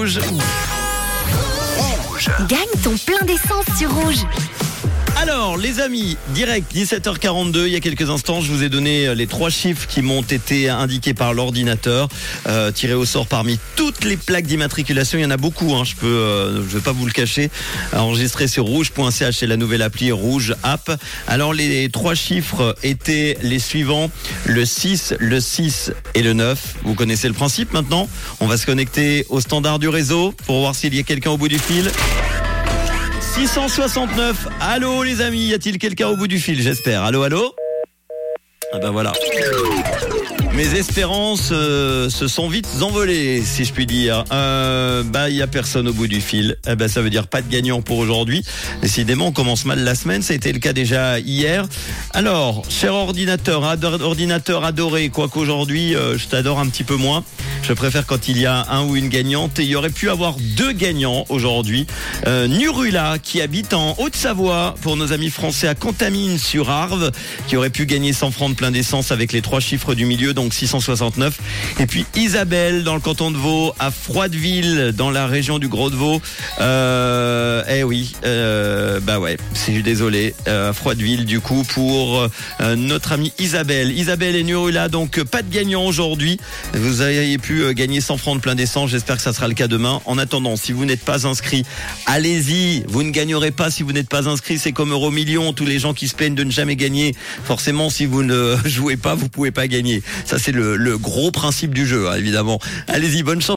Rouge. Gagne ton plein d'essence sur Rouge. Alors les amis, direct 17h42, il y a quelques instants je vous ai donné les 3 chiffres qui m'ont été indiqués par l'ordinateur, tirés au sort parmi toutes les plaques d'immatriculation. Il y en a beaucoup, hein, je vais pas vous le cacher, enregistré sur rouge.ch et la nouvelle appli Rouge App. Alors les 3 chiffres étaient les suivants, le 6, le 6 et le 9. Vous connaissez le principe maintenant. On va se connecter au standard du réseau pour voir s'il y a quelqu'un au bout du fil. 669. Allô les amis, y a-t-il quelqu'un au bout du fil? J'espère. Allô, allô? Ah ben voilà. Mes espérances se sont vite envolées, si je puis dire. Il y a personne au bout du fil. Ça veut dire pas de gagnant pour aujourd'hui. Décidément, on commence mal la semaine. Ça a été le cas déjà hier. Alors, cher ordinateur adoré, quoique aujourd'hui, je t'adore un petit peu moins. Je préfère quand il y a un ou une gagnante. Et il y aurait pu avoir 2 gagnants aujourd'hui. Nurula, qui habite en Haute-Savoie, pour nos amis français à Contamine-sur-Arve, qui aurait pu gagner 100 francs de plein d'essence avec les 3 chiffres du milieu, donc 669. Et puis Isabelle, dans le canton de Vaud, à Froideville, dans la région du Gros-de-Vaud. Ouais, je suis désolé. À Froideville, du coup, pour notre amie Isabelle. Isabelle et Nurula, donc pas de gagnant aujourd'hui. Vous avez pu gagner 100 francs de plein d'essence. J'espère que ça sera le cas demain. En attendant, si vous n'êtes pas inscrit, allez-y. Vous ne gagnerez pas si vous n'êtes pas inscrit. C'est comme Euromillions. Tous les gens qui se plaignent de ne jamais gagner. Forcément, si vous ne jouez pas, vous pouvez pas gagner. Ça, c'est le gros principe du jeu, hein, évidemment. Allez-y, bonne chance.